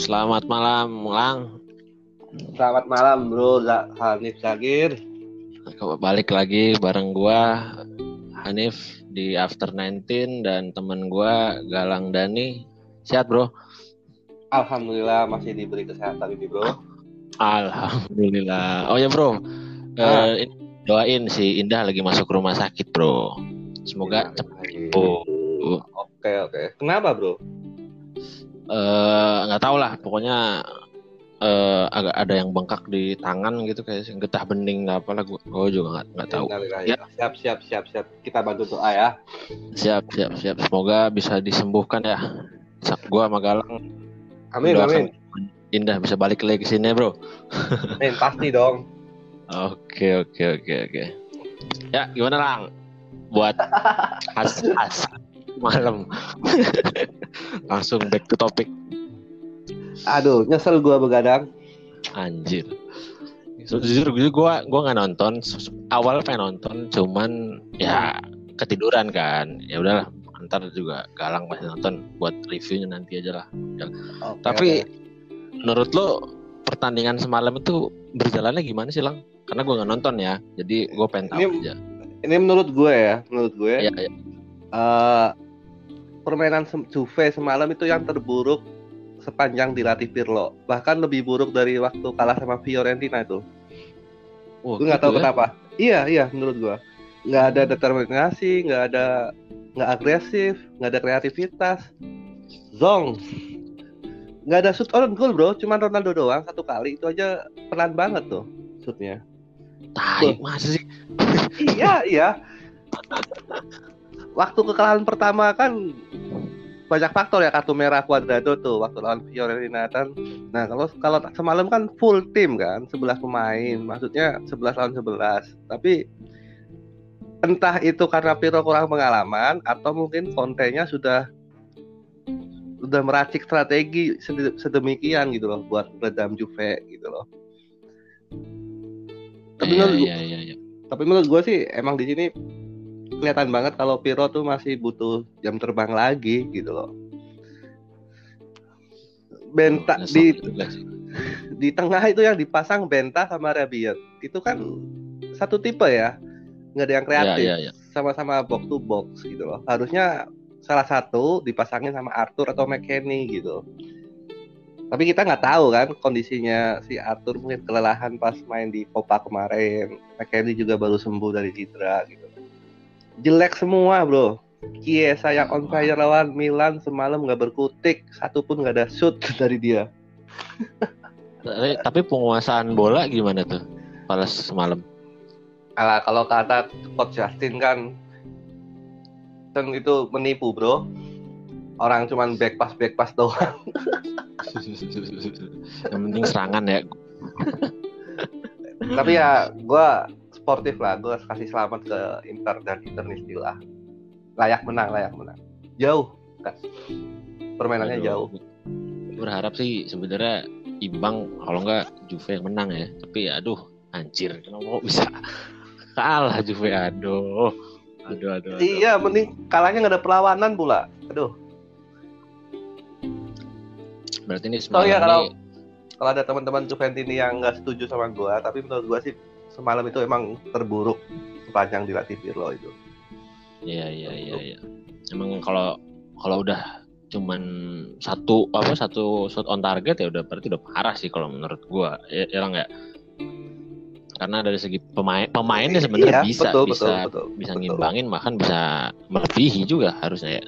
Selamat malam, Lang. Selamat malam bro, Hanif Syakir. Balik lagi bareng gua Hanif di After 19 dan temen gua Galang Dani. Sehat bro? Alhamdulillah masih diberi kesehatan ini bro. Alhamdulillah. Oh ya bro, doain si Indah lagi masuk rumah sakit bro. Semoga cepat sembuh. Oke. Kenapa bro? Nggak tahu lah, pokoknya agak ada yang bengkak di tangan gitu, kayak getah bening nggak apalah, gue juga nggak tahu. Ya. Siap. Kita bantu doa ya. Siap. Semoga bisa disembuhkan ya. Gue sama Galang. Amin. Indah bisa balik lagi ke sini bro. Amin, pasti dong. Oke. Ya gimana Lang? Buat khas malam. Langsung back to topic. Aduh, nyesel gue begadang. Anjir. Jujur gue nggak nonton. Awal pengen nonton, cuman ya ketiduran kan. Ya udahlah, ntar juga Galang pasti nonton buat reviewnya nanti aja lah. Tapi menurut lo pertandingan semalam itu berjalannya gimana sih Lang? Karena gue nggak nonton ya, jadi gue pengen tahu aja. Ini menurut gue ya. Iya. Permainan Juve semalam itu yang terburuk sepanjang dilatih Pirlo. Bahkan lebih buruk dari waktu kalah sama Fiorentina itu. Gue nggak tahu kenapa. Iya, menurut gue nggak ada determinasi, nggak agresif, nggak ada kreativitas. Zong, nggak ada shoot on goal bro. Cuman Ronaldo doang satu kali, itu aja pelan banget tuh shootnya. Masa sih? Iya. Waktu kekalahan pertama kan banyak faktor ya, kartu merah Cuadrado tuh waktu lawan Fiorentina kan. Nah kalau semalam kan full tim kan, 11 pemain, maksudnya 11 lawan 11. Tapi entah itu karena Pirlo kurang pengalaman atau mungkin Conte-nya sudah meracik strategi sedemikian gitu loh buat redam Juve gitu loh. Tapi menurut gue sih emang di sini kelihatan banget kalau Pirlo tuh masih butuh jam terbang lagi gitu loh. Benta di tengah itu yang dipasang Benta sama Rabiot itu kan satu tipe ya, nggak ada yang kreatif. Ya. Sama-sama box to box gitu loh. Harusnya salah satu dipasangin sama Arthur atau McKennie gitu. Tapi kita nggak tahu kan kondisinya si Arthur, mungkin kelelahan pas main di Copa kemarin. McKennie juga baru sembuh dari cedera gitu. Jelek semua bro. Chiesa yang on fire lawan Milan semalam nggak berkutik, satu pun nggak ada shoot dari dia. Tapi penguasaan bola gimana tuh Palace semalam? Kalau kata Coach Justin kan itu menipu bro. Orang cuman back pass doang. Yang penting serangan ya. Tapi ya gue sportif lah, gue kasih selamat ke Inter dan Internisti lah. Layak menang. Jauh kan, permainannya jauh. Berharap sih sebenarnya imbang, kalau enggak Juve yang menang ya. Tapi aduh, anjir, kenapa bisa kalah Juve? Aduh. Iya, mending kalahnya nggak ada perlawanan pula. Aduh. Berarti ini semalam kalau ada teman-teman Juventini yang nggak setuju sama gue, tapi menurut gue sih semalam itu emang terburuk sepanjang dilatih Pirlo itu. Iya. Emang kalau udah cuman satu shot on target ya udah berarti udah parah sih kalau menurut gua. Ya enggak. Karena dari segi pemainnya sebenarnya bisa ngimbangin, bahkan bisa melebihi juga harusnya ya.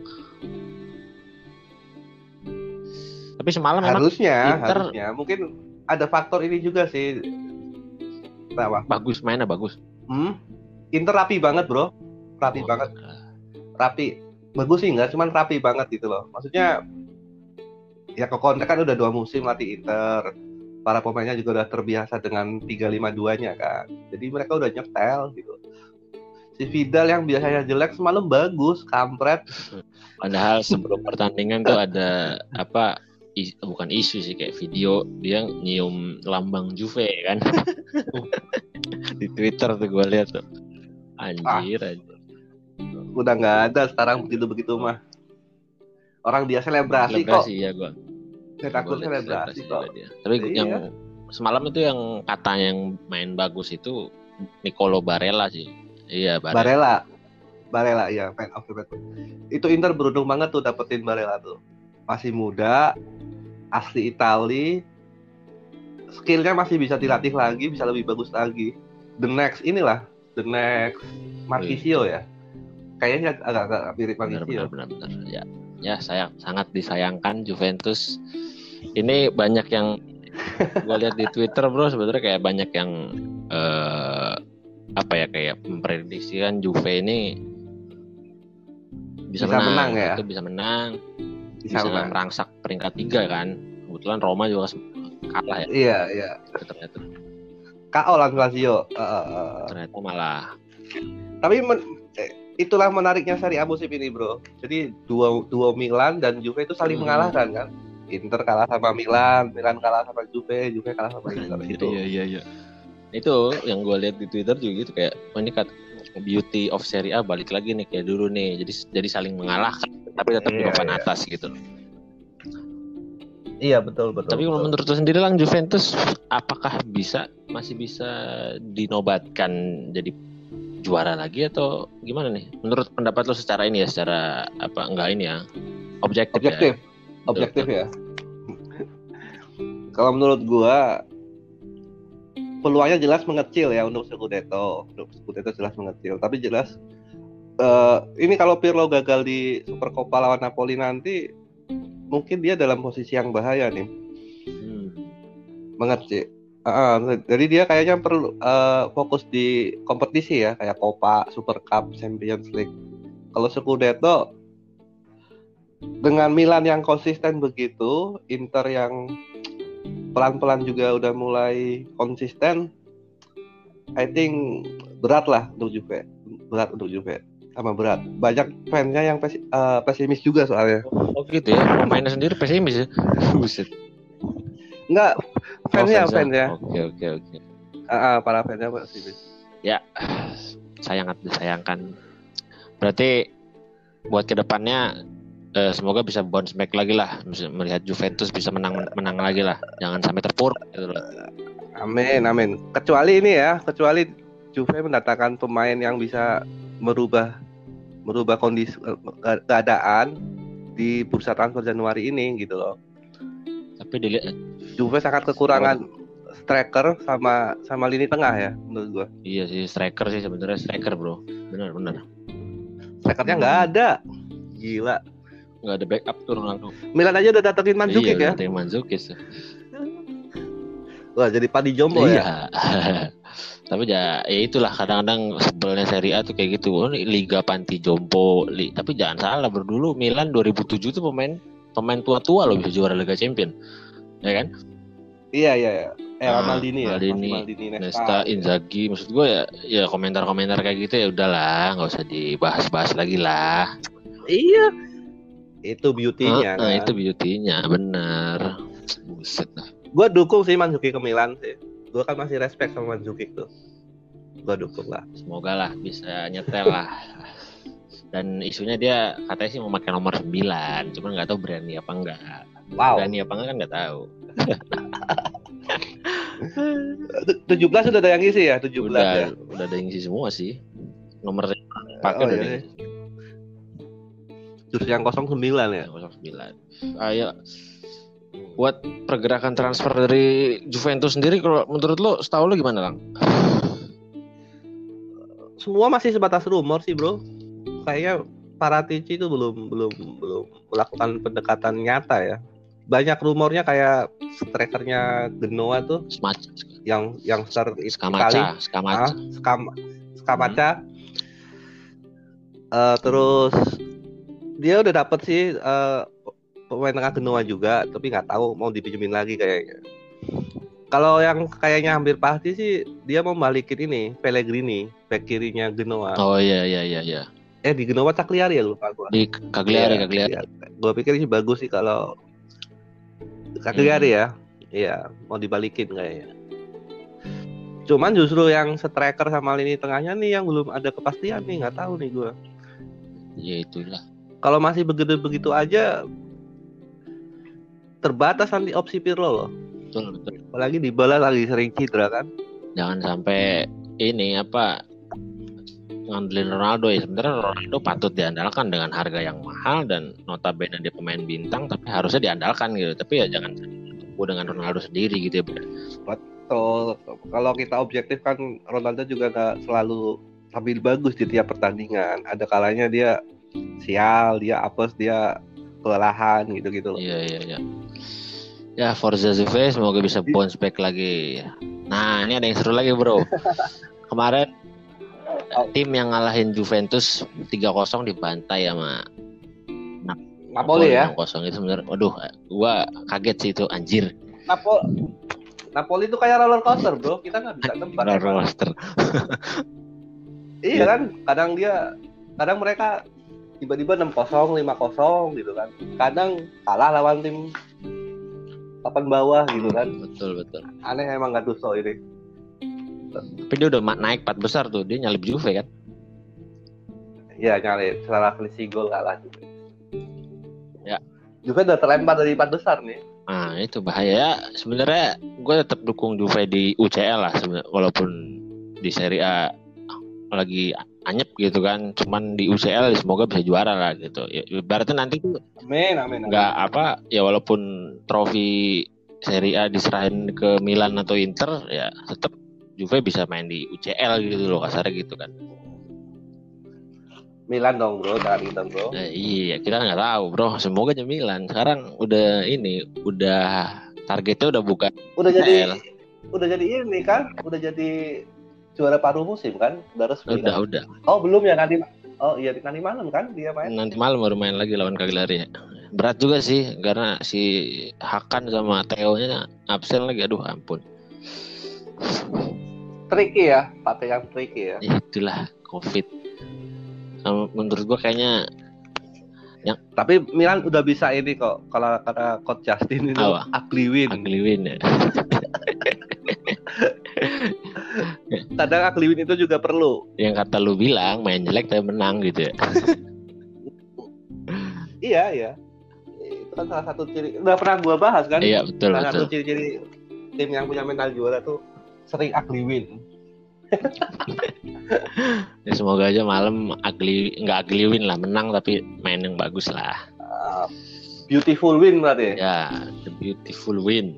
Tapi semalam harusnya mungkin ada faktor ini juga sih. Bagus. Inter rapi banget bro, banget. Bagus sih enggak, cuman rapi banget gitu loh. Maksudnya ya Conte kan udah 2 musim latih Inter, para pemainnya juga udah terbiasa dengan 3-5-2-nya kan, jadi mereka udah nyetel gitu. Si Vidal yang biasanya jelek semalam bagus, kampret. Padahal sebelum pertandingan tuh ada bukan isu sih, kayak video dia nyium lambang Juve kan. Di Twitter tuh gue lihat tuh. Anjir. Udah nggak ada sekarang begitu mah. Orang dia selebrasi kok. Iya gue. Saya takut selebrasi kok. Dia. Tapi yang semalam itu yang katanya yang main bagus itu Nicolo Barella sih. Iya, Barella ya, fan of the match. Itu Inter beruntung banget tuh dapetin Barella tuh. Masih muda, asli Itali. Skillnya masih bisa dilatih lagi, bisa lebih bagus lagi. The next Marquisio ya. Kayaknya agak mirip Marquisio. Benar. Ya, sangat disayangkan Juventus. Ini banyak yang gue lihat di Twitter bro, sebenarnya kayak banyak yang kayak memprediksikan Juve ini bisa menang ya. Itu bisa menang. Bisa merangsak peringkat 3 kan. Kebetulan Roma juga kalah ya. Iya. Ternyata. KO lawan Lazio. Ternyata malah. Tapi itulah menariknya Serie A musim ini bro. Jadi dua Milan dan Juve itu saling mengalahkan kan. Inter kalah sama Milan kalah sama Juve kalah sama Inter gitu. Iya. Itu yang gue lihat di Twitter juga gitu kayak ini beauty of Serie A balik lagi nih kayak dulu nih. Jadi saling mengalahkan tapi tetap di papan atas gitu. Iya betul. Tapi kalau menurut lu sendiri lang Juventus apakah masih bisa dinobatkan jadi juara lagi atau gimana nih? Menurut pendapat lu secara objektif ya. Kalau menurut gua peluangnya jelas mengecil ya untuk Scudetto jelas mengecil. Tapi jelas ini kalau Pirlo gagal di Supercoppa lawan Napoli nanti mungkin dia dalam posisi yang bahaya nih. Mengecil. Jadi dia kayaknya perlu fokus di kompetisi ya kayak Coppa, Super Cup, Champions League. Kalau Scudetto dengan Milan yang konsisten begitu, Inter yang pelan-pelan juga udah mulai konsisten, I think berat untuk Juve. Berat. Banyak fansnya yang pesimis juga soalnya. Oh gitu ya, pemainnya sendiri pesimis ya. Buset. Enggak, fansnya. Oke. Para fansnya pesimis. Ya, sangat disayangkan. Berarti buat kedepannya semoga bisa bounce back lagi lah, bisa melihat Juventus bisa menang lagi lah, jangan sampai terpuruk gitu loh. Amin. Kecuali Juve mendatangkan pemain yang bisa merubah kondisi keadaan di bursa transfer Januari ini gitu loh. Tapi dilihat Juve sangat kekurangan striker sama lini tengah ya menurut gua. Iya sih striker bro, benar. Strikernya nggak ada, gila. Nggak ada backup tuh Ronaldo. Milan aja udah datengin Mandzukic ya. Datengin Mandzukic. Wah jadi padi jombo ya. Tapi ya itulah kadang-kadang sebelnya Serie A tuh kayak gitu. Liga panti jompo. Tapi jangan salah dulu Milan 2007 tuh pemain tua-tua loh bisa juara Liga Champion. Ya kan? Iya. Maldini, Nesta, Inzaghi. Maksud gue ya komentar-komentar kayak gitu ya udahlah, nggak usah dibahas-bahas lagi lah. Iya. Itu beauty-nya kan? Itu beauty-nya, benar. Buset lah. Gue dukung sih Mandzukic ke Milan sih. Gue kan masih respect sama Mandzukic tuh. Gue dukung lah. Semoga lah bisa nyetel lah. Dan isunya dia katanya sih mau pakai nomor 9. Cuman gak tahu berani apa enggak. Wow. Berani apa enggak kan gak tahu. 17 sudah ada yang isi ya? 17 ya? Udah ada yang isi semua sih. Nomor pakai udah ada yang isi. Terus yang 09 ya? 09. Ayo. Buat pergerakan transfer dari Juventus sendiri, kalau menurut lo, setahu lo gimana lang? Semua masih sebatas rumor sih bro. Kayaknya Paratici itu belum melakukan pendekatan nyata ya. Banyak rumornya kayak strikernya Genoa tuh, yang start Scamacca. Terus dia udah dapet sih pemain tengah Genoa juga, tapi nggak tahu mau dipinjemin lagi kayaknya. Kalau yang kayaknya hampir pasti sih dia mau balikin ini Pellegrini, bek kirinya Genoa. Oh iya. Di Genoa Cagliari ya lupa gua. Di Cagliari. Gua pikir sih bagus sih kalau Cagliari ya. Iya, mau dibalikin kayaknya. Cuman justru yang striker sama lini tengahnya nih yang belum ada kepastian nih, nggak tahu nih gua. Ya itulah. Kalau masih begitu aja terbatas nanti opsi Pirlo loh. Betul. Apalagi Dybala lagi sering cedera kan. Jangan sampai ini ngandelin Ronaldo ya. Sebenarnya Ronaldo patut diandalkan dengan harga yang mahal dan notabene dia pemain bintang, tapi harusnya diandalkan gitu. Tapi ya jangan dengan Ronaldo sendiri gitu ya. Betul. Kalau kita objektif kan Ronaldo juga gak selalu tampil bagus di tiap pertandingan. Ada kalanya dia sial, dia apes, dia kelelahan gitu-gitu loh. Iya. Ya Forza Juve semoga bisa bounce back lagi. Nah ini ada yang seru lagi bro. Kemarin tim yang ngalahin Juventus 3-0 dibantai sama Napoli ya. 6-0 itu sebenarnya. Waduh, gua kaget sih itu anjir. Napoli itu kayak roller coaster bro. Kita nggak bisa tebak. Roller coaster. Iya kan. Kadang mereka tiba-tiba 6-0, 5-0 gitu kan. Kadang kalah lawan tim papan bawah gitu kan. Betul. Aneh emang Gattuso ini. Tapi dia udah naik 4 besar tuh, dia nyalip Juve kan? Iya nyalip, setelah selisih gol kalah Juve. Ya. Juve udah terlempar dari 4 besar nih. Nah itu bahaya. Sebenarnya gue tetap dukung Juve di UCL lah sebenarnya, walaupun di Serie A lagi anyep gitu kan. Cuman di UCL semoga bisa juara lah gitu. Ya, berarti nanti tuh Amin. nggak ya walaupun trofi Serie A diserahin ke Milan atau Inter ya tetap Juve bisa main di UCL gitu loh kasarnya gitu kan. Milan dong bro, jangan Inter bro. Iya kita nggak tahu bro, semoga aja Milan. Sekarang udah targetnya udah bukan. Udah jadi ini kan, udah jadi juara paruh musim kan, udah resmi. Udah. Oh belum ya nanti. Oh iya nanti malam kan dia main. Nanti malam baru main lagi lawan Cagliari ya. Berat juga sih karena si Hakan sama Theo-nya absen lagi, aduh ampun. Tricky ya, partai yang tricky ya. Itulah COVID. Menurut gua kayaknya tapi Milan udah bisa ini kok. Kalau kata Coach Justin itu ugly win ya. Kadang ugly win itu juga perlu. Yang kata lu bilang main jelek tapi menang gitu ya. Iya. Itu kan salah satu ciri. Udah pernah gua bahas kan? Iya betul. Salah satu ciri-ciri tim yang punya mental juara tuh sering ugly win. Ya, semoga aja malam nggak ugly win lah, menang tapi main yang bagus lah. Beautiful win berarti. Ya, the beautiful win.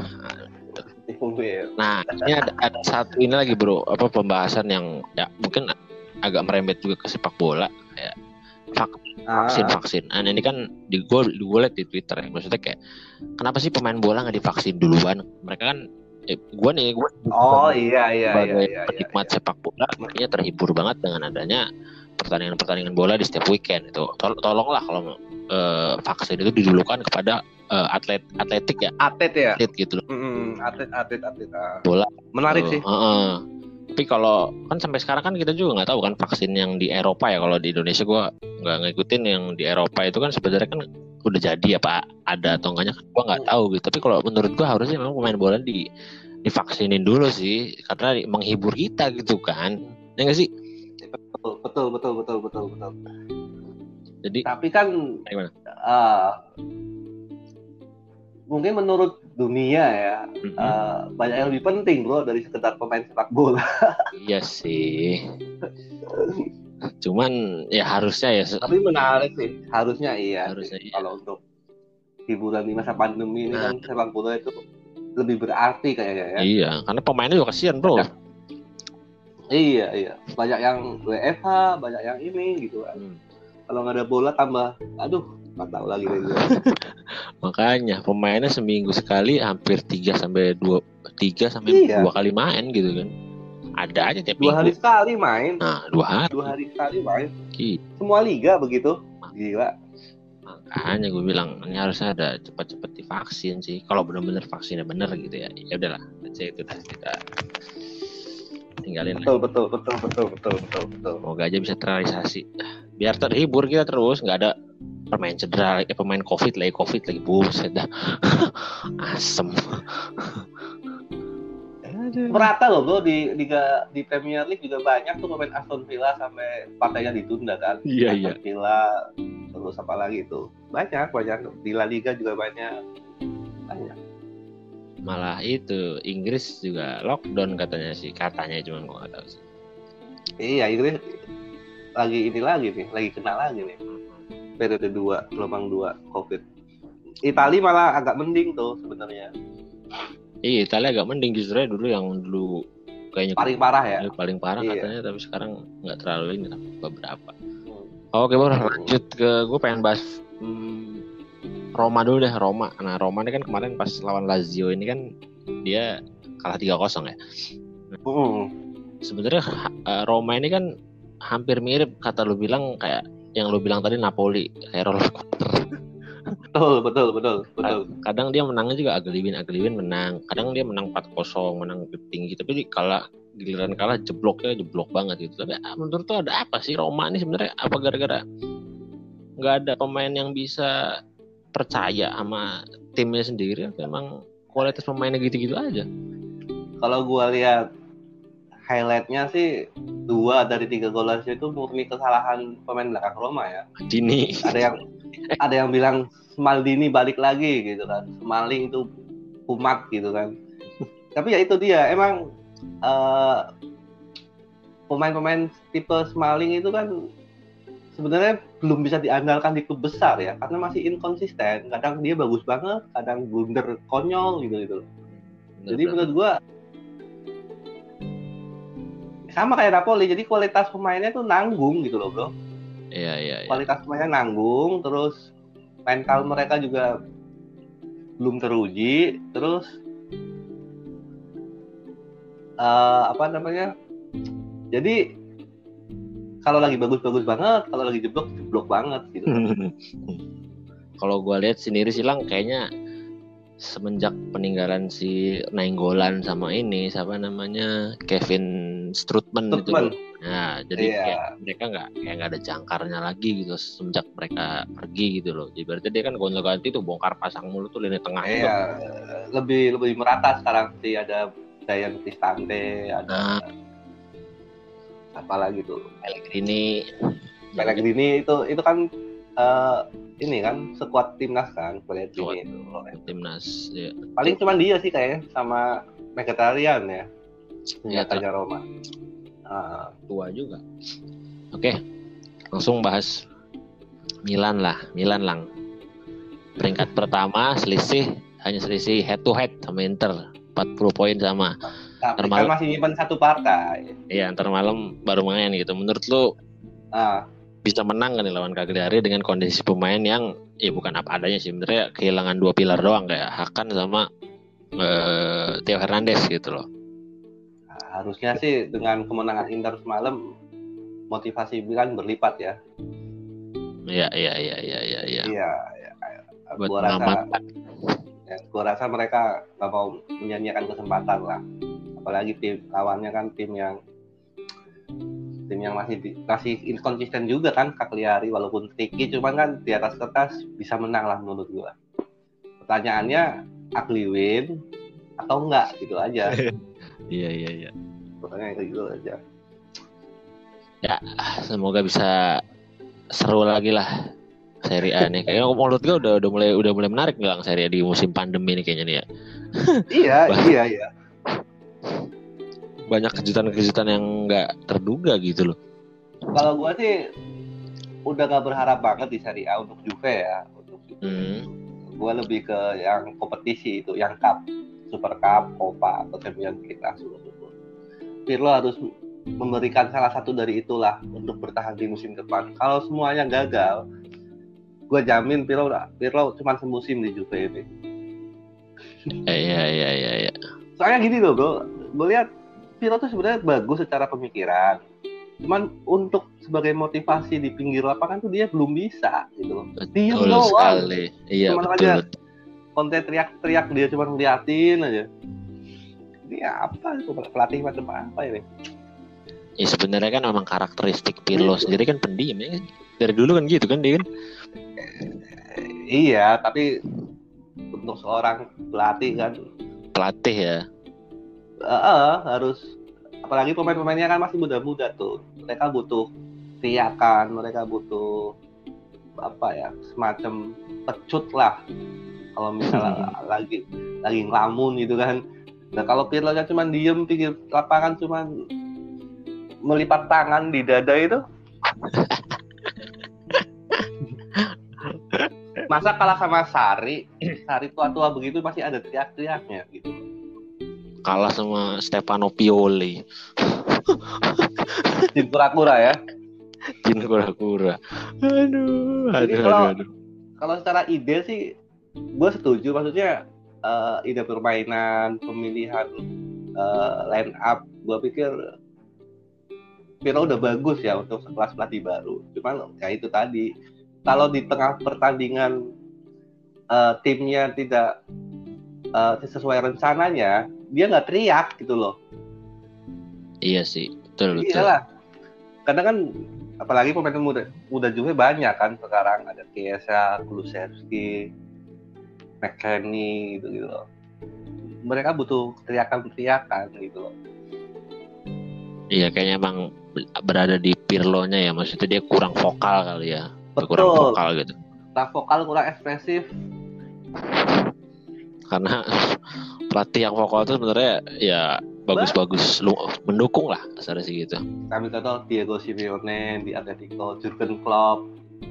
Nah, ini ada satu ini lagi bro, pembahasan yang ya mungkin agak merembet juga ke sepak bola kayak vaksin. Nah, ini kan gue liat di Twitter ya, maksudnya kayak kenapa sih pemain bola nggak divaksin duluan? Mereka kan gue sebagai penikmat sepak bola makanya terhibur banget dengan adanya pertandingan bola di setiap weekend itu. Tolonglah kalau vaksin itu didulukan kepada atletik ya. Atlet gitu loh. Atlet. Bola. Menarik sih. Tapi kalau kan sampai sekarang kan kita juga nggak tahu kan vaksin yang di Eropa ya. Kalau di Indonesia gue nggak ngikutin yang di Eropa itu kan sebenarnya kan udah jadi apa ada atau enggaknya kan gue nggak tahu gitu. Tapi kalau menurut gue harusnya memang pemain bola divaksinin dulu sih karena menghibur kita gitu kan. Ya nggak sih? Betul. Jadi tapi kan mungkin menurut dunia ya banyak yang lebih penting bro dari sekedar pemain sepak bola. Iya sih. Cuman ya harusnya ya. Tapi menarik sih. Harusnya iya. Kalau untuk hiburan di masa pandemi ini kan sepak bola itu lebih berarti kayaknya ya. Iya, karena pemainnya juga kasihan bro. Iya. Banyak yang WFH, banyak yang ini gitu kan. Kalau nggak ada bola tambah, nggak tahu lagi deh. Makanya pemainnya seminggu sekali hampir 3 sampai 2 kali main gitu kan. Ada aja tiap 2 hari sekali main. Nah, 2 hari sekali main. Semua liga begitu. Gila. Makanya gue bilang ini harusnya ada cepat-cepat divaksin sih. Kalau benar-benar vaksinnya benar gitu ya. Ya udahlah, itu dah kita tinggalin. Betul. Semoga aja bisa terrealisasi. Biar terhibur kita terus, nggak ada pemain cedera, pemain COVID lagi buset dah. Asem. Merata loh bro di Liga di Premier League juga banyak tuh pemain Aston Villa sampai partainya ditunda kan. Iya. Aston Villa terus apa lagi itu banyak di La Liga juga banyak. makanya. Malah itu Inggris juga lockdown katanya cuma gua nggak tahu sih. Iya, Inggris lagi kena lagi nih. Periode 2, gelombang 2 COVID. Italia malah agak mending tuh sebenarnya. Iya, Italia agak mending justru dulu kayaknya paling parah ya. Paling parah iya. Katanya, tapi sekarang nggak terlalu ini beberapa. Oke, bro, lanjut ke gue pengen bahas Roma dulu deh, Roma. Nah, Roma ini kan kemarin pas lawan Lazio ini kan dia kalah 3-0 ya. Sebenarnya Roma ini kan hampir mirip kata lu bilang kayak yang lu bilang tadi Napoli, kayak roller coaster. Betul. Kadang dia menangnya juga agak-agak menang. Kadang dia menang 4-0, menang tinggi. Tapi kalau giliran kalah jeblok banget gitu. Tapi menurut tuh ada apa sih Roma ini sebenarnya? Apa gara-gara nggak ada pemain yang bisa percaya sama timnya sendiri? Atau emang kualitas pemainnya gitu-gitu aja? Kalau gue lihat highlightnya sih 2 dari 3 gol itu murni kesalahan pemain belakang Roma ya. Dini. Ada yang bilang Maldini balik lagi gitu kan, Smalling itu kumat gitu kan. Tapi ya itu dia, emang pemain-pemain tipe Smalling itu kan sebenarnya belum bisa diandalkan di klub besar ya, karena masih inkonsisten. Kadang dia bagus banget, kadang blunder konyol gitu. Jadi menurut gua sama kayak Napoli, jadi kualitas pemainnya tuh nanggung gitu loh, bro. Iya. Kualitas pemainnya nanggung, terus mental mereka juga belum teruji, terus jadi kalau lagi bagus banget, kalau lagi jeblok banget gitu. Kalau gue lihat sendiri silang kayaknya semenjak peninggalan si Nainggolan sama ini siapa namanya Kevin Strootman. Gitu. Nah, jadi mereka nggak ada jangkarnya lagi gitu semenjak mereka pergi gitu loh. Jadi berarti dia kan gonta-ganti tuh bongkar pasang mulu tuh lini tengah. Iya, lebih merata sekarang sih, ada Dayan Cristante, ada apa lagi tuh? Pellegrini itu kan ini kan sekuat timnas kan, Pellegrini itu. Timnas, ya. Paling cuma dia sih kayaknya sama Mkhitaryan ya. Nyatanya Roma. Tua juga. Oke, langsung bahas Milan lang. Peringkat pertama hanya selisih head to head sama Inter, 40 poin sama. Tapi kan masih nyimpan satu partai. Iya, ntar malam baru main gitu. Menurut lu bisa menang kan lawan Cagliari dengan kondisi pemain yang bukan apa adanya sih. Sebenarnya kehilangan 2 pilar doang kayak Hakan sama Theo Hernandez gitu loh. Harusnya sih dengan kemenangan Inter semalam motivasi Milan berlipat ya. Iya. Gua rasa mereka gak mau menyanyiakan kesempatan lah. Apalagi lawannya kan tim yang masih inkonsisten juga kan, Cagliari walaupun tricky, cuman kan di atas kertas bisa menang lah menurut gua. Pertanyaannya ugly win atau enggak gitu aja. Iya. Pokoknya itu gitu aja. Ya, semoga bisa seru lagi lah Serie A nih. Kayaknya menurut gue udah mulai menarik nggak Serie A di musim pandemi ini kayaknya nih ya. Iya. Banyak kejutan-kejutan yang nggak terduga gitu loh. Kalau gue sih udah gak berharap banget di Serie A untuk Juve ya. Gue lebih ke yang kompetisi itu, yang Cup, Super Cup, Coppa atau Champions League langsung. Pirlo harus memberikan salah satu dari itulah untuk bertahan di musim depan. Kalau semuanya gagal, gue jamin Pirlo cuma semusim di Juve ini. Iya. Soalnya gini loh bro, gue lihat Pirlo tuh sebenarnya bagus secara pemikiran, cuman untuk sebagai motivasi di pinggir lapangan tuh dia belum bisa gitu loh. Dia doang. Iya, cuman betul. aja konten teriak-teriak, dia cuma ngeliatin aja. Ini apa itu pelatih macam apa ini? Ya sebenarnya kan memang karakteristik Pirlo sendiri kan pendiam ya. Dari dulu kan gitu kan dia kan. Iya, tapi untuk seorang pelatih ya. Harus, apalagi pemain-pemainnya kan masih muda-muda tuh. Mereka butuh teriakan, mereka butuh semacam pecut lah kalau misalnya lagi ngelamun gitu kan. Nah kalau Pirlo-nya cuma diem pinggir lapangan cuma melipat tangan di dada itu, masa kalah sama Sarri tua-tua begitu masih ada teriak-teriaknya gitu. Kalah sama Stefano Pioli. Jin kura-kura ya. Jin kura-kura. Jadi kalau secara ide sih gue setuju, maksudnya ide permainan, pemilihan line up, gue pikir Pirlo udah bagus ya untuk sekelas pelatih baru. Cuman ya itu tadi, kalau di tengah pertandingan timnya tidak sesuai rencananya, dia nggak teriak gitu loh. Iya sih, betul. Iyalah, karena kan apalagi pemain muda juga banyak kan sekarang, ada Chiesa, Kulusevski, McKennie gitu loh. Mereka butuh teriakan gitu loh. Iya, kayaknya emang berada di Pirlo-nya ya, maksudnya dia kurang vokal kali ya. Betul. Kurang vokal gitu. Kurang vokal, kurang ekspresif. Karena pelatih yang vokal itu sebenarnya ya bagus-bagus, lu mendukung lah dasarnya sih gitu. Kami tahu Diego Simeone di Atletico, Jurgen Klopp,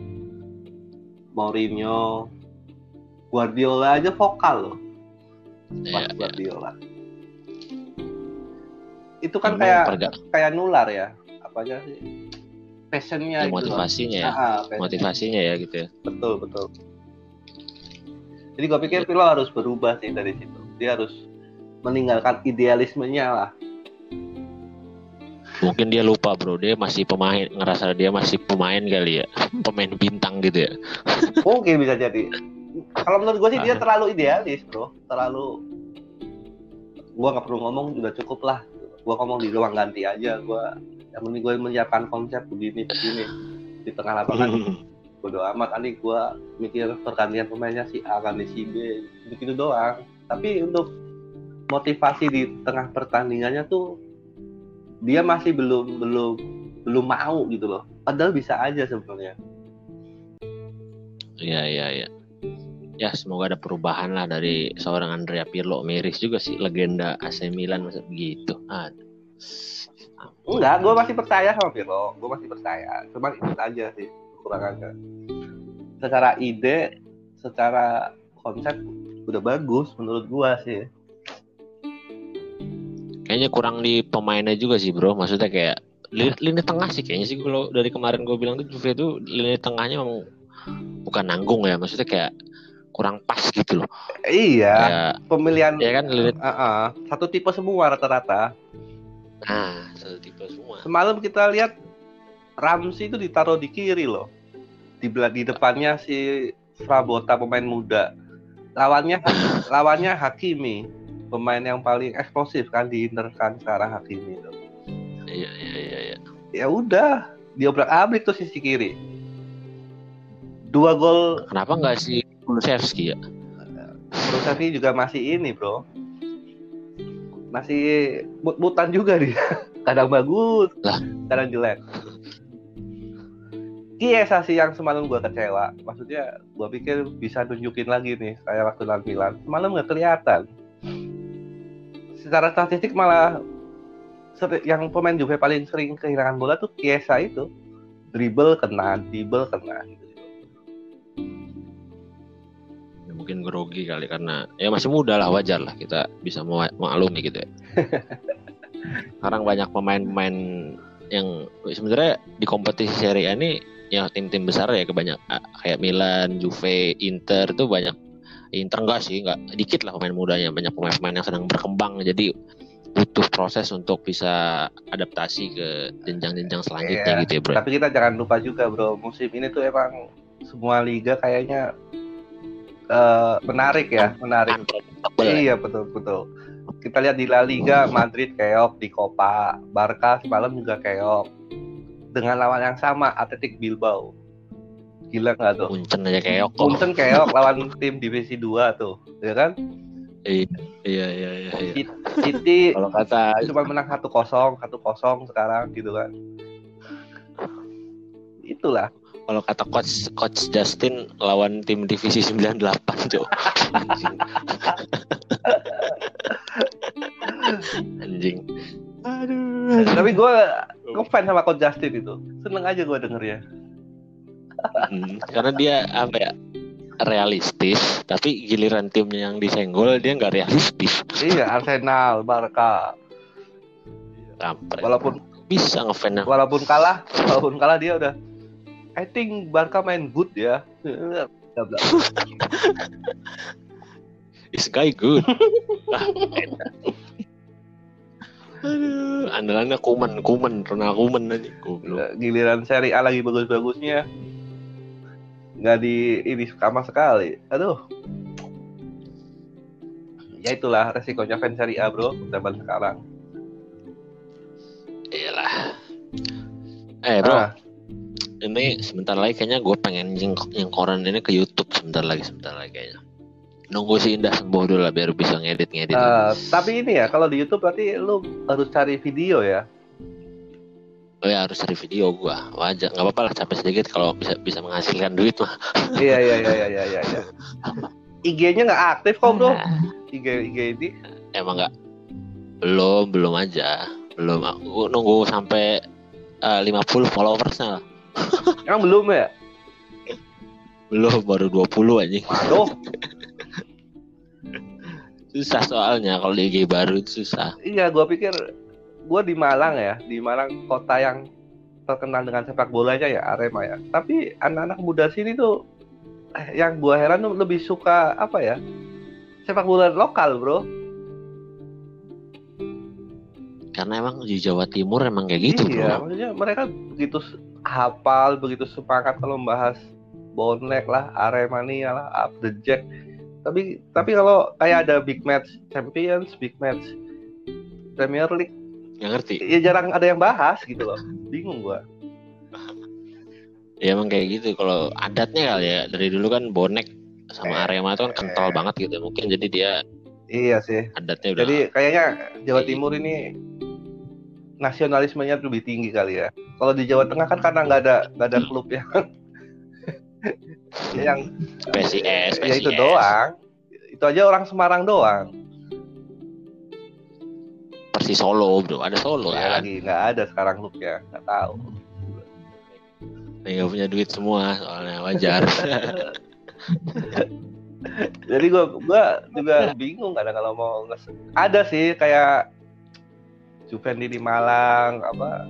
Mourinho, Guardiola aja vokal loh. Guardiola. Itu kan kayak nular ya, apa aja sih? Passionnya, ya, motivasinya gitu ya. Motivasinya ya gitu ya. Betul. Jadi gue pikir Pirlo harus berubah sih dari situ. Dia harus meninggalkan idealismenya lah. Mungkin dia lupa bro, dia masih pemain, ngerasa dia masih pemain kali ya, pemain bintang gitu ya. Mungkin bisa jadi. Kalau menurut gue sih dia terlalu idealis bro, gue nggak perlu ngomong, udah cukup lah. Gue ngomong di ruang ganti aja, yang penting gue menyiapkan konsep begini di tengah lapangan. Bodo amat, nanti gue mikir pergantian pemainnya si A ganti si B, begitu doang. Tapi untuk motivasi di tengah pertandingannya tuh dia masih belum mau gitu loh. Padahal bisa aja sebenarnya. Iya. Ya semoga ada perubahan lah dari seorang Andrea Pirlo. Miris juga sih, legenda AC Milan masa begitu. Enggak, gue masih percaya sama Pirlo. Gue masih percaya. Cuman itu aja sih kekurangannya. Secara ide, secara konsep udah bagus menurut gue sih. Kayaknya kurang di pemainnya juga sih bro. Maksudnya kayak lini tengah sih kayaknya sih. Kalau dari kemarin gue bilang tuh Juve itu lini tengahnya memang bukan nanggung ya. Maksudnya kayak kurang pas gitu loh. Iya. Kayak, pemilihan. Ya kan satu tipe semua rata-rata. Nah, satu tipe semua. Semalam kita lihat Ramsey itu ditaruh di kiri loh. Di depannya si Frabotta, pemain muda. Lawannya Hakimi, pemain yang paling eksplosif kan di Inter kan sekarang Hakimi itu. Iya. Ya udah, diobrak-abrik tuh sisi kiri. 2 gol. Kenapa nggak si Kulusevski ya? Kulusevski juga masih ini bro. Masih mut-mutan juga dia. Kadang bagus, kadang jelek. Chiesa sih yang semalam gue kecewa. Maksudnya gue pikir bisa nunjukin lagi nih kayak waktu lawan Milan. Semalam nggak kelihatan. Secara statistik malah yang pemain Juve paling sering kehilangan bola tuh Chiesa itu. Dribble kena gitu. Ya, mungkin grogi kali karena ya masih muda lah, wajar lah kita bisa maklumi gitu ya. Sekarang banyak pemain-pemain yang sebenarnya di kompetisi Serie A ini ya tim-tim besar ya kayak Milan, Juve, Inter tuh banyak. Inter enggak dikit lah pemain mudanya, banyak pemain-pemain yang sedang berkembang, jadi butuh proses untuk bisa adaptasi ke jenjang-jenjang selanjutnya gitu ya bro. Tapi kita jangan lupa juga bro, musim ini tuh emang semua liga kayaknya menarik. Iya betul. Kita lihat di La Liga, Madrid keok di Copa, Barca semalam juga keok dengan lawan yang sama, Athletic Bilbao. Gila nggak tuh? Munchen aja keok. Munchen keok lawan tim divisi 2 tuh, ya kan? Iya. City kalau kata cuma menang 1-0 sekarang gitu kan. Itulah. Kalau kata coach Justin lawan tim divisi 98, Cok. Anjing. Aduh. Tapi gue ngefans sama coach Justin itu. Seneng aja gue denger ya. Karena dia apa ya? Realistis, tapi giliran timnya yang disenggol dia nggak realistis. Iya, Arsenal, Barca. Kampret. Walaupun bisa ngefans. Walaupun kalah dia udah. I think Barca main good ya. This guy good. Aduh, andalannya Ronald Koeman aja. Giliran Serie A lagi bagus-bagusnya. Nggak ini sama sekali. Aduh. Ya itulah resikonya fans Serie A, bro, zaman sekarang. Iyalah. Bro. Ini sebentar lagi kayaknya gue pengen nyengkoran ini ke YouTube sebentar lagi kayaknya. Nunggu si Indah sembuh dulu lah biar bisa ngedit. Tapi ini ya, kalau di YouTube berarti lu harus cari video ya. Oh ya, harus cari video gua. Wajar, enggak apa-apa lah, capek sedikit kalau bisa menghasilkan duit mah. Iya. IG-nya enggak aktif kok, Bro. IG ini. Emang enggak. Belum aja. Belum. Aku nunggu sampai 50 followersnya lah. Emang belum ya? Belum, baru 20 anjing. Waduh. Susah soalnya kalau di IG baru itu susah. Iya, gua pikir gue di Malang ya, di Malang kota yang terkenal dengan sepak bolanya ya, Arema ya. Tapi anak-anak muda sini tuh yang gue heran tuh lebih suka apa ya, sepak bola lokal, bro. Karena emang di Jawa Timur emang kayak gitu, bro. Iya, maksudnya mereka begitu hafal, begitu semangat kalau membahas bonek lah, Aremania lah, Up the Jack. Tapi kalau kayak ada big match Champions, big match Premier League, nggak ngerti. Ya jarang ada yang bahas gitu loh. Bingung gua. Ya emang kayak gitu. Kalau adatnya kali ya, dari dulu kan bonek sama Arema itu kan kental banget gitu. Mungkin jadi dia. Iya sih. Adatnya udah. Jadi kayaknya Jawa Timur ini nasionalismenya lebih tinggi kali ya. Kalau di Jawa Tengah kan karena nggak ada klub yang PSIS. Ya itu doang. Itu aja orang Semarang doang. Persis Solo, bro, ada Solo ya, kan? Lagi nggak ada sekarang klubnya, nggak tahu. Nggak punya duit semua, soalnya wajar. Jadi gue juga bingung kadang kalau mau ada sih kayak Juvendi di Malang, apa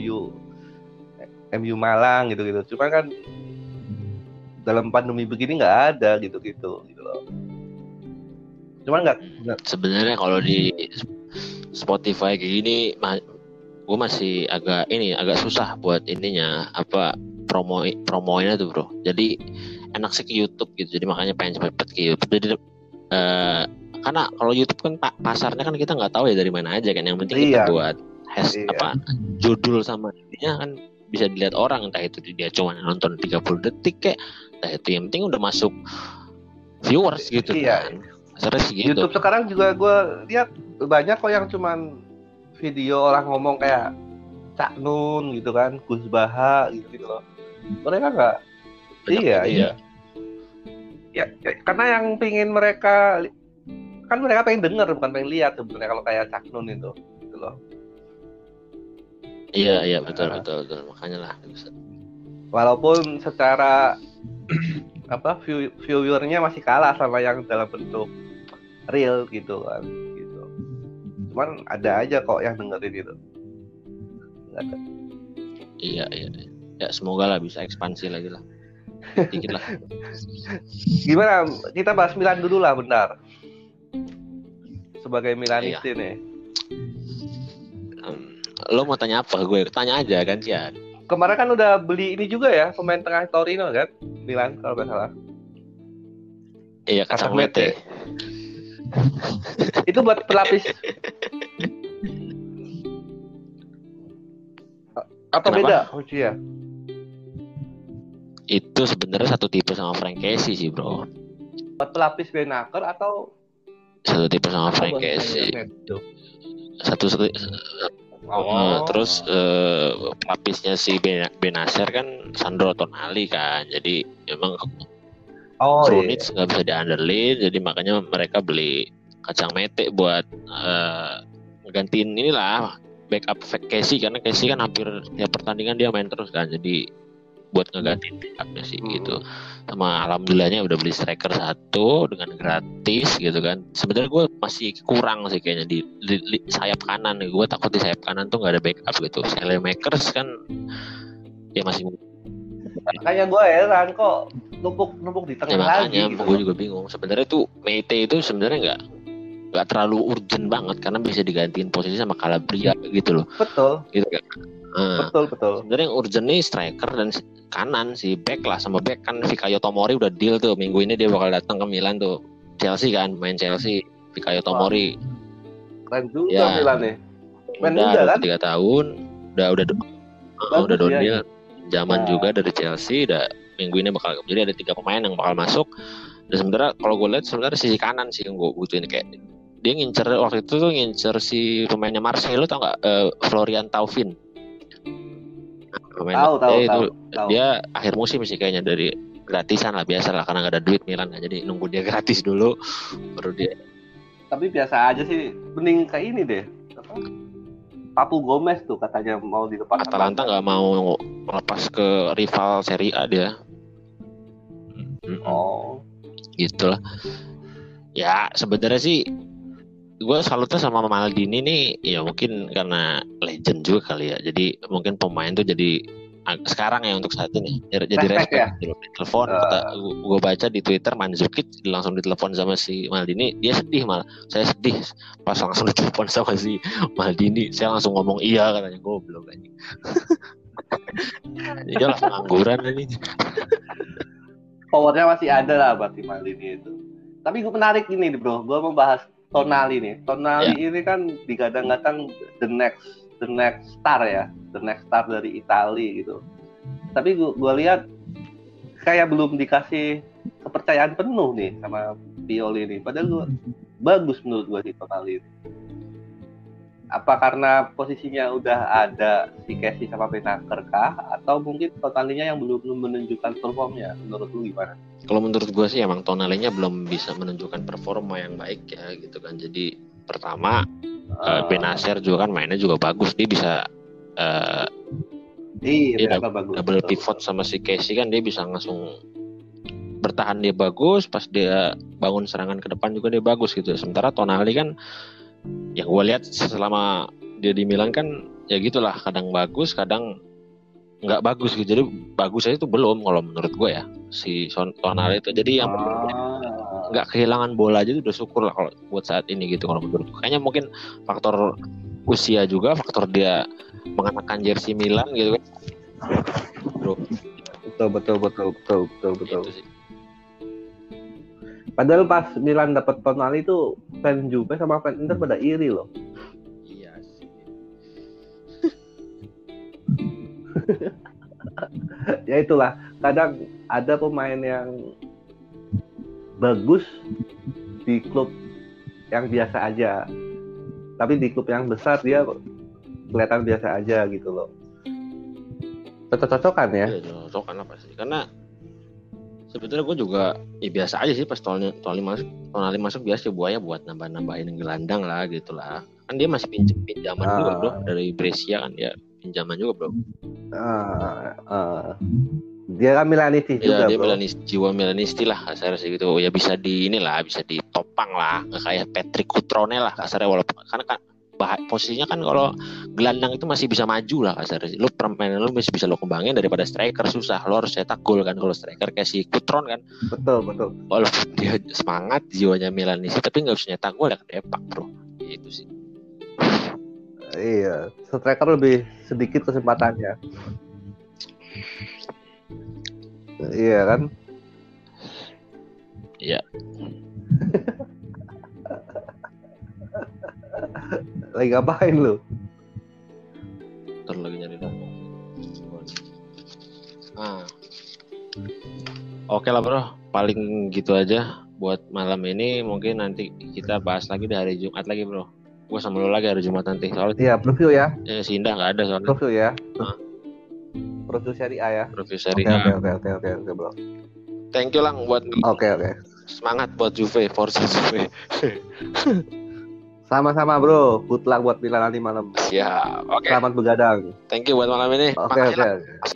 MU Malang gitu. Cuma kan dalam pandemi begini nggak ada gitu loh. Cuman nggak. Sebenarnya kalau di Spotify kayak gini gue masih agak susah buat ininya apa promoinnya tuh, bro. Jadi enak sih ke YouTube gitu, jadi makanya pengen cepet ke YouTube. Jadi karena kalau YouTube kan pasarnya kan kita nggak tahu ya dari mana aja kan, yang penting kita buat judul sama ininya kan bisa dilihat orang, entah itu dia cuma nonton 30 detik kayak, entah itu yang penting udah masuk viewers gitu kan. Gitu. YouTube sekarang juga gue lihat banyak kok yang cuman video orang ngomong kayak Cak Nun gitu kan, Gus Baha gitu loh. Mereka nggak. Iya. Ya, karena yang pengen mereka pengen dengar bukan pengen lihat sebenarnya kalau kayak Cak Nun itu gitu loh. Iya betul makanya lah. Walaupun secara viewernya masih kalah sama yang dalam bentuk real gitu kan gitu. Cuman ada aja kok yang dengerin itu. Ada. Iya. Ya semoga lah bisa ekspansi lagi lah. Dikit lah. Gimana? Kita bahas Milan dulu lah bentar. Sebagai Milanisti nih. Lo mau tanya apa? Gue tanya aja kan, Cian. Kemarin kan udah beli ini juga ya, pemain tengah Torino kan, Milan kalau nggak salah. Iya, Casamete. Itu buat pelapis. Atau kenapa? Beda? Oh iya. Itu sebenarnya satu tipe sama Frank Casey sih, bro. Buat pelapis Benaker atau satu tipe sama Frank Casey. Terus pelapisnya si Benacer kan Sandro Tonali kan, jadi emang Krunic nggak bisa diandelin, jadi makanya mereka beli Kacang Mete buat ngegantiin inilah backup Casey, karena Casey kan hampir tiap pertandingan dia main terus kan, jadi buat ngegantiin backupnya sih gitu. Sama alhamdulillahnya udah beli striker 1 dengan gratis gitu kan. Sebenarnya gue masih kurang sih kayaknya di sayap kanan nih. Gue takut di sayap kanan tuh nggak ada backup gitu. Makers kan ya masih. Kayak gue heran kok numpuk di tengah lagi. Makanya gitu. Gue juga bingung. Sebenarnya tuh Meite itu sebenarnya nggak terlalu urgent banget karena bisa digantiin posisi sama Calabria gitu loh. Betul. Gitu kan. Betul. Sebenarnya yang urgent nih striker dan kanan si back lah, sama back kan Fikayo Tomori udah deal tuh, minggu ini dia bakal datang ke Milan tuh, Chelsea kan, main Chelsea. Fikayo Tomori keren juga Milan nih. Udah 3 tahun, udah down deal, zaman juga dari Chelsea, udah minggu ini bakal, jadi ada 3 pemain yang bakal masuk. Dan sebenarnya kalau gue lihat sebenarnya sisi kanan sih yang gue butuhin, kayak dia ngincer waktu itu tuh ngincer si pemainnya Marseille, lo tau nggak, Florian Thauvin. Tahu. Dia akhir musim sih kayaknya, dari gratisan lah, biasa lah karena nggak ada duit Milan kan, jadi nunggu dia gratis dulu baru dia. Tapi biasa aja sih, mending kayak ini deh, Papu Gomez tuh katanya mau dilepas. Atalanta nggak mau lepas ke rival Serie A dia. Gitulah. Ya sebenarnya sih gue salutnya sama Maldini nih, ya mungkin karena legend juga kali ya, jadi mungkin pemain tuh jadi sekarang ya untuk saat ini jadi respect ya. Telepon gue baca di Twitter Mandzukic langsung ditelepon sama si Maldini, dia sedih, malah saya sedih pas langsung ditelepon sama si Maldini, saya langsung ngomong iya katanya, goblok anjing. Dia langsung ngangguran ini. Powernya masih ada lah berarti Maldini itu. Tapi gue menarik ini bro, gue mau bahas Tonali nih. Tonali ini kan digadang-gadang the next star ya, the next star dari Italia gitu. Tapi gue lihat kayak belum dikasih kepercayaan penuh nih sama Pioli ini. Padahal gue bagus menurut gue si Tonali ini. Apa karena posisinya udah ada si Casey sama Benacer kah? Atau mungkin Tonalinya yang belum menunjukkan performnya? Menurut lu gimana? Kalau menurut gue sih emang Tonalinya belum bisa menunjukkan performa yang baik ya gitu kan. Jadi pertama Benacer juga kan mainnya juga bagus, dia bisa double pivot sama si Casey kan, dia bisa langsung bertahan, dia bagus, pas dia bangun serangan ke depan juga dia bagus gitu. Sementara Tonali kan yang gue lihat selama dia di Milan kan ya gitulah, kadang bagus kadang nggak bagus gitu. Jadi bagus aja itu belum kalau menurut gue ya si Tonali itu. Jadi yang nggak kehilangan bola aja itu udah syukur lah kalau buat saat ini gitu kalau menurut gue. Kayaknya mungkin faktor usia juga, faktor dia mengenakan jersey Milan gitu kan bro. Betul. Itu sih. Padahal pas Milan dapat Tonali itu fans Juve sama fans Inter pada iri loh. Iya sih. Ya itulah, kadang ada pemain yang bagus di klub yang biasa aja, tapi di klub yang besar dia kelihatan biasa aja gitu loh. Cocok-cocokan ya? Iya, cocok-cocokan lah pasti. Karena sebetulnya gue juga ya biasa aja sih pas Tonali masuk biasa buaya buat nambah-nambahin gelandang lah gitu lah. Kan dia masih pinjaman juga bro dari Brescia kan, dia pinjaman juga bro. Dia kan Milanisti juga dia bro. Jiwa Milanisti lah kasarnya sih gitu. Ya bisa bisa ditopang lah, nggak kayak Patrick Cutrone lah kasarnya, walaupun karena kan posisinya kan kalau gelandang itu masih bisa maju lah kasarnya. Lu permainan lu masih bisa lo kembangin daripada striker, susah. Lo harus cetak gol kan kalau striker kayak si Cutron kan. Betul. Walaupun dia semangat jiwanya Milanisti tapi nggak bisa nyetak gol ya kedepak bro. Itu sih. Iya, striker lebih sedikit kesempatannya. Iya kan? Iya. Lagi ngapain lu? Ntar lagi nyari data. Oke lah bro, paling gitu aja buat malam ini. Mungkin nanti kita bahas lagi di hari Jumat lagi bro. Gue sama lu lagi hari Jumat nanti. Soalnya Iya, preview ya. si Indah nggak ada soalnya. Preview ya. Preview Serie A ya. Review Serie A. Oke, bro. Thank you Lang buat Oke. semangat buat Juve, Forza Juve. Sama-sama bro. Good luck buat Milan nanti malam. Siap. Oke. Selamat begadang. Thank you buat malam ini. Oke.